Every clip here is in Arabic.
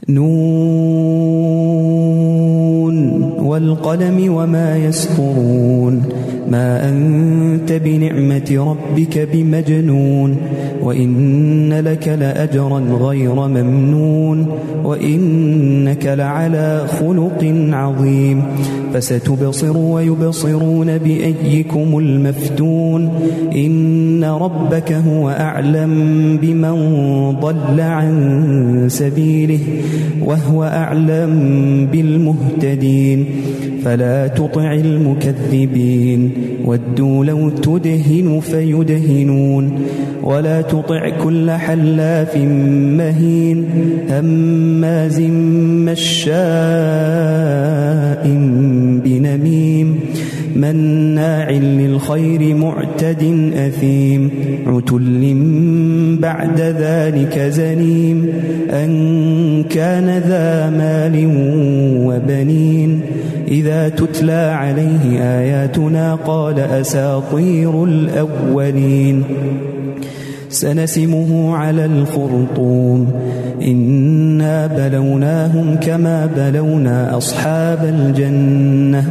نون والقلم وما يسطرون ما أنت بنعمة ربك بمجنون وإن لك لأجرا غير ممنون وإنك لعلى خلق عظيم فستبصر ويبصرون بأيكم المفتون إن ربك هو أعلم بمن ضل عن سبيله وهو أعلم بالمهتدين فلا تطع المكذبين ودوا لو تدهن فيدهنون ولا تطع كل حلاف مهين هماز مشاء بنميم مناع للخير معتد أثيم عتل بعد ذلك زنيم أن كان ذا مال وبنين إذا تتلى عليه آياتنا قال أساطير الأولين سنسمه على الخرطوم إنا بلوناهم كما بلونا أصحاب الجنة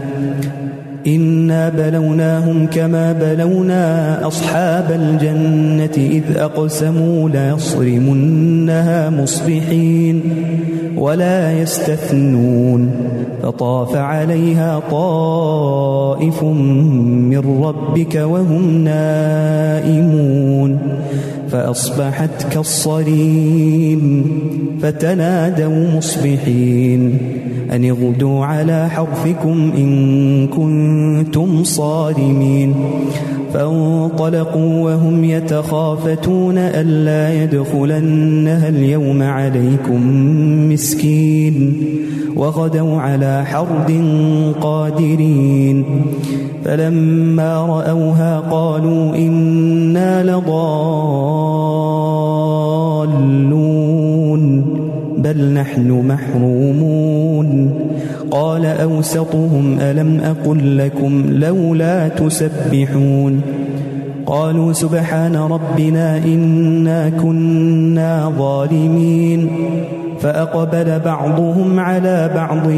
إذ أقسموا ليصرمنها مصبحين ولا يستثنون فطاف عليها طائف من ربك وهم نائمون فأصبحت كالصريم فتنادوا مصبحين أن اغدوا على حرثكم إن كنتم صارمين فانطلقوا وهم يتخافتون ألا يدخلنها اليوم عليكم مسكين وغدوا على حرد قادرين فلما رأوها قالوا إنا لضالون بل نحن محرومون قال أوسطهم ألم أقل لكم لولا تسبحون قالوا سبحان ربنا إنا كنا ظالمين فأقبل بعضهم على بعض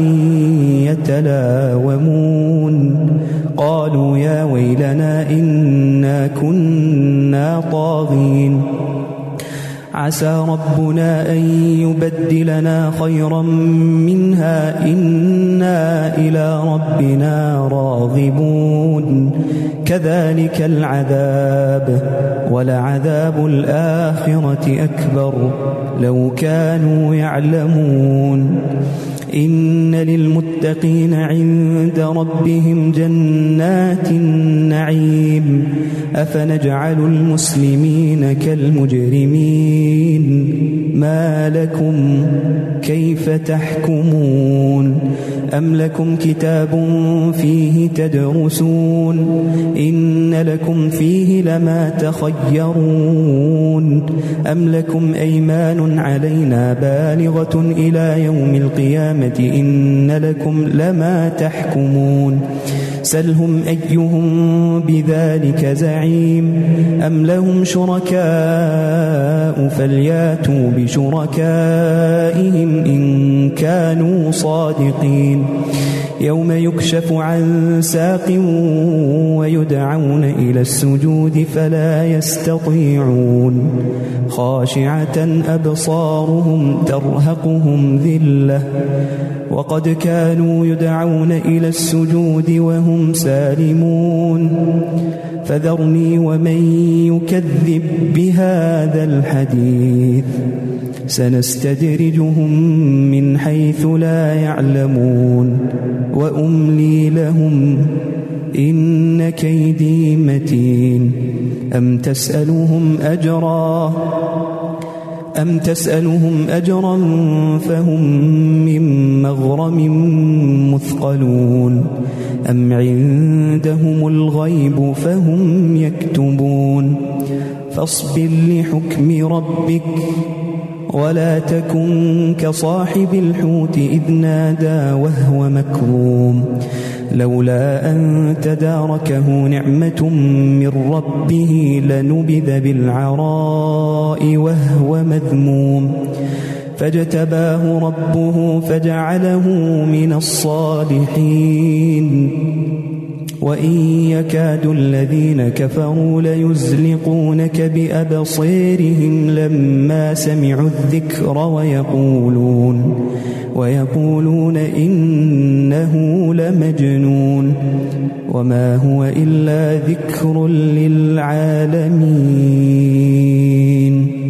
يتلاومون قالوا يا ويلنا إنا كنا طاغين عسى ربنا أن يبدلنا خيرا منها إنا إلى ربنا راغبون كذلك العذاب ولعذاب الآخرة أكبر لو كانوا يعلمون إن للمتقين عند ربهم جنات النعيم أفنجعل المسلمين كالمجرمين ما لكم كيف تحكمون أم لكم كتاب فيه تدرسون إن لكم فيه لما تخيرون أم لكم أيمان علينا بالغة إلى يوم القيامة إن لكم لما تحكمون سلهم أيهم بذلك زعيم أم لهم شركاء فلياتوا بشركائهم إن كانوا صادقين يوم يكشف عن ساق ويدعون إلى السجود فلا يستطيعون خاشعة أبصارهم ترهقهم ذلة وقد كانوا يدعون إلى السجود وهم سالمون فذرني ومن يكذب بهذا الحديث سنستدرجهم من حيث لا يعلمون وأملي لهم إن كيدي متين أم تسألهم أجرا فهم من مغرم مثقلون أم عندهم الغيب فهم يكتبون فاصبر لحكم ربك ولا تكن كصاحب الحوت إذ نادى وهو مكروم لولا أن تداركه نعمة من ربه لنبذ بالعراء وهو مذموم فاجتباه ربه فجعله من الصالحين وإن يكاد الذين كفروا ليزلقونك بأبصيرهم لما سمعوا الذكر ويقولون إنه لمجنون وما هو إلا ذكر للعالمين.